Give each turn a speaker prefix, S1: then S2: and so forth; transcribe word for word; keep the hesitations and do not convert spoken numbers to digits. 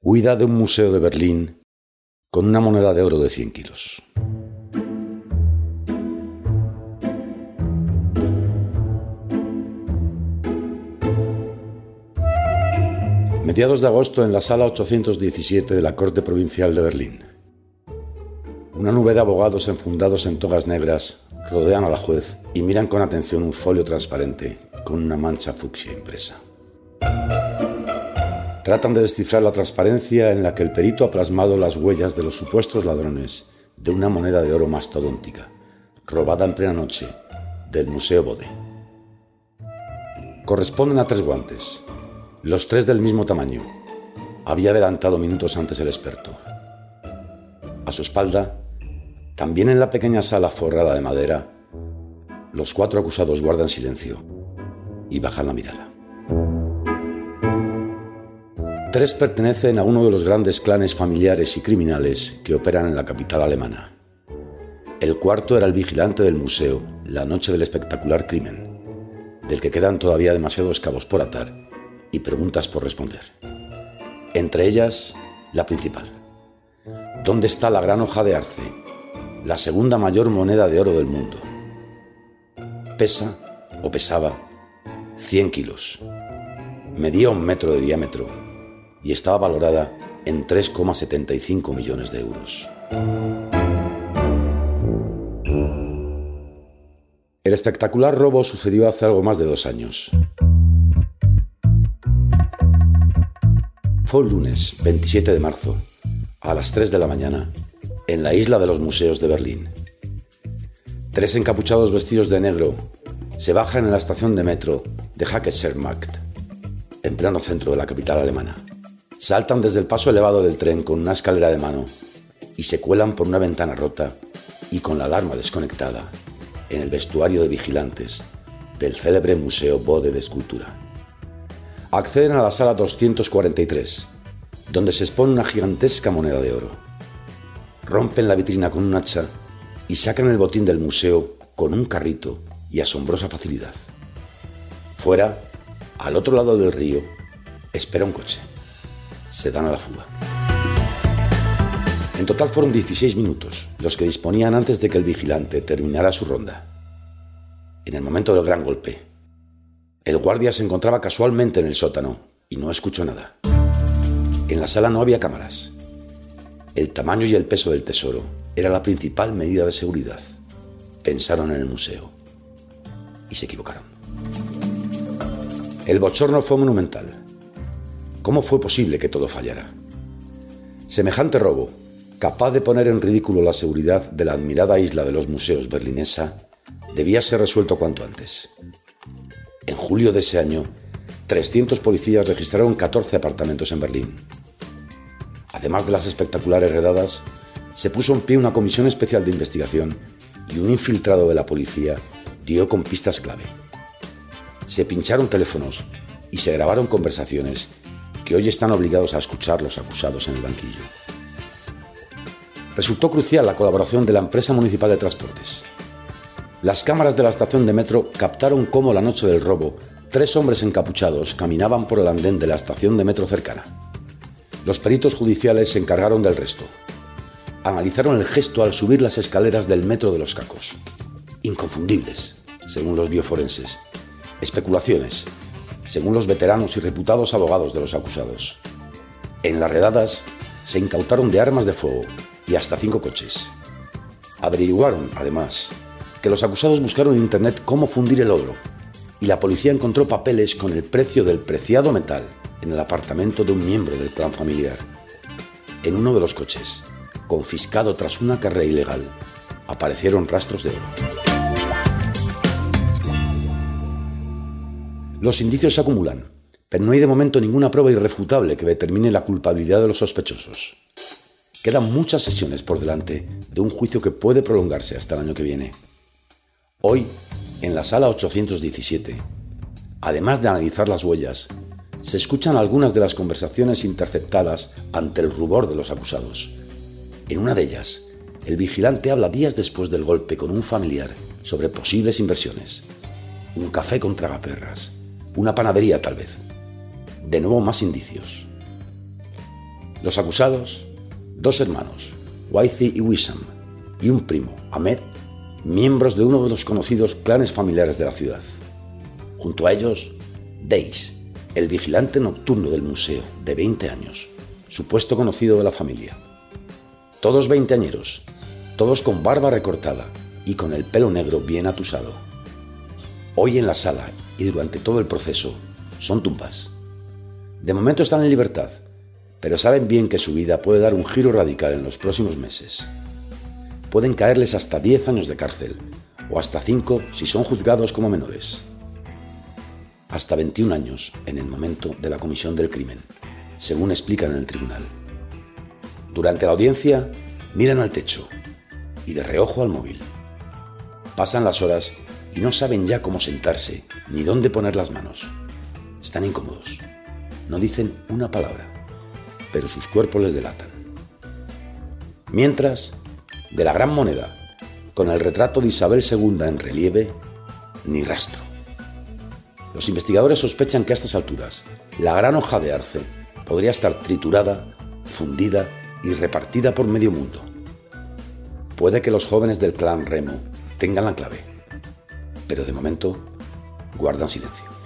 S1: Huida de un museo de Berlín con una moneda de oro de cien kilos. Mediados de agosto en la sala ochocientos diecisiete de la Corte Provincial de Berlín. Una nube de abogados enfundados en togas negras rodean a la juez y miran con atención un folio transparente con una mancha fucsia impresa. Tratan de descifrar la transparencia en la que el perito ha plasmado las huellas de los supuestos ladrones de una moneda de oro mastodóntica, robada en plena noche, del Museo Bode. Corresponden a tres guantes, los tres del mismo tamaño. Había adelantado minutos antes el experto. A su espalda, también en la pequeña sala forrada de madera, los cuatro acusados guardan silencio y bajan la mirada. Tres pertenecen a uno de los grandes clanes familiares y criminales que operan en la capital alemana. El cuarto era el vigilante del museo la noche del espectacular crimen, del que quedan todavía demasiados cabos por atar y preguntas por responder. Entre ellas, la principal. ¿Dónde está la gran hoja de arce, la segunda mayor moneda de oro del mundo? Pesa, o pesaba, cien kilos. Medía un metro de diámetro y estaba valorada en tres coma setenta y cinco millones de euros. El espectacular robo sucedió hace algo más de dos años. Fue un lunes, veintisiete de marzo, a las tres de la mañana, en la isla de los museos de Berlín. Tres encapuchados vestidos de negro se bajan en la estación de metro de Hackensackmarkt, en pleno centro de la capital alemana. Saltan desde el paso elevado del tren con una escalera de mano y se cuelan por una ventana rota y con la alarma desconectada en el vestuario de vigilantes del célebre Museo Bode de Escultura. Acceden a la sala doscientos cuarenta y tres, donde se expone una gigantesca moneda de oro. Rompen la vitrina con un hacha y sacan el botín del museo con un carrito y asombrosa facilidad. Fuera, al otro lado del río, espera un coche. Se dan a la fuga. En total fueron dieciséis minutos los que disponían antes de que el vigilante terminara su ronda. En el momento del gran golpe, el guardia se encontraba casualmente en el sótano y no escuchó nada. En la sala no había cámaras. El tamaño y el peso del tesoro era la principal medida de seguridad. Pensaron en el museo y se equivocaron. El bochorno fue monumental. ¿Cómo fue posible que todo fallara? Semejante robo, capaz de poner en ridículo la seguridad de la admirada isla de los museos berlinesa, debía ser resuelto cuanto antes. En julio de ese año, trescientos policías registraron catorce apartamentos en Berlín. Además de las espectaculares redadas, se puso en pie una comisión especial de investigación y un infiltrado de la policía dio con pistas clave. Se pincharon teléfonos y se grabaron conversaciones que hoy están obligados a escuchar los acusados en el banquillo. Resultó crucial la colaboración de la empresa municipal de transportes. Las cámaras de la estación de metro captaron cómo la noche del robo, tres hombres encapuchados caminaban por el andén de la estación de metro cercana. Los peritos judiciales se encargaron del resto. Analizaron el gesto al subir las escaleras del metro de los Cacos. Inconfundibles, según los bioforenses. Especulaciones, según los veteranos y reputados abogados de los acusados. En las redadas se incautaron de armas de fuego y hasta cinco coches. Averiguaron, además, que los acusados buscaron en internet cómo fundir el oro y la policía encontró papeles con el precio del preciado metal en el apartamento de un miembro del clan familiar. En uno de los coches, confiscado tras una carrera ilegal, aparecieron rastros de oro. Los indicios se acumulan, pero no hay de momento ninguna prueba irrefutable que determine la culpabilidad de los sospechosos. Quedan muchas sesiones por delante de un juicio que puede prolongarse hasta el año que viene. Hoy, en la sala ochocientos diecisiete, además de analizar las huellas, se escuchan algunas de las conversaciones interceptadas ante el rubor de los acusados. En una de ellas, el vigilante habla días después del golpe con un familiar sobre posibles inversiones. Un café con tragaperras. Una panadería, tal vez. De nuevo más indicios. Los acusados, dos hermanos, Waithe y Wissam, y un primo, Ahmed, miembros de uno de los conocidos clanes familiares de la ciudad. Junto a ellos, Dace, el vigilante nocturno del museo, de veinte años, supuesto conocido de la familia. Todos veinteañeros, todos con barba recortada y con el pelo negro bien atusado. Hoy en la sala y durante todo el proceso son tumbas. De momento están en libertad, pero saben bien que su vida puede dar un giro radical en los próximos meses. Pueden caerles hasta diez años de cárcel, o hasta cinco si son juzgados como menores. Hasta veintiún años en el momento de la comisión del crimen, según explican en el tribunal. Durante la audiencia, miran al techo y de reojo al móvil. Pasan las horas y no saben ya cómo sentarse ni dónde poner las manos. Están incómodos. No dicen una palabra, pero sus cuerpos les delatan. Mientras, de la Gran Moneda, con el retrato de Isabel segunda en relieve, ni rastro. Los investigadores sospechan que a estas alturas la gran hoja de arce podría estar triturada, fundida y repartida por medio mundo. Puede que los jóvenes del clan Remo tengan la clave, pero de momento guardan silencio.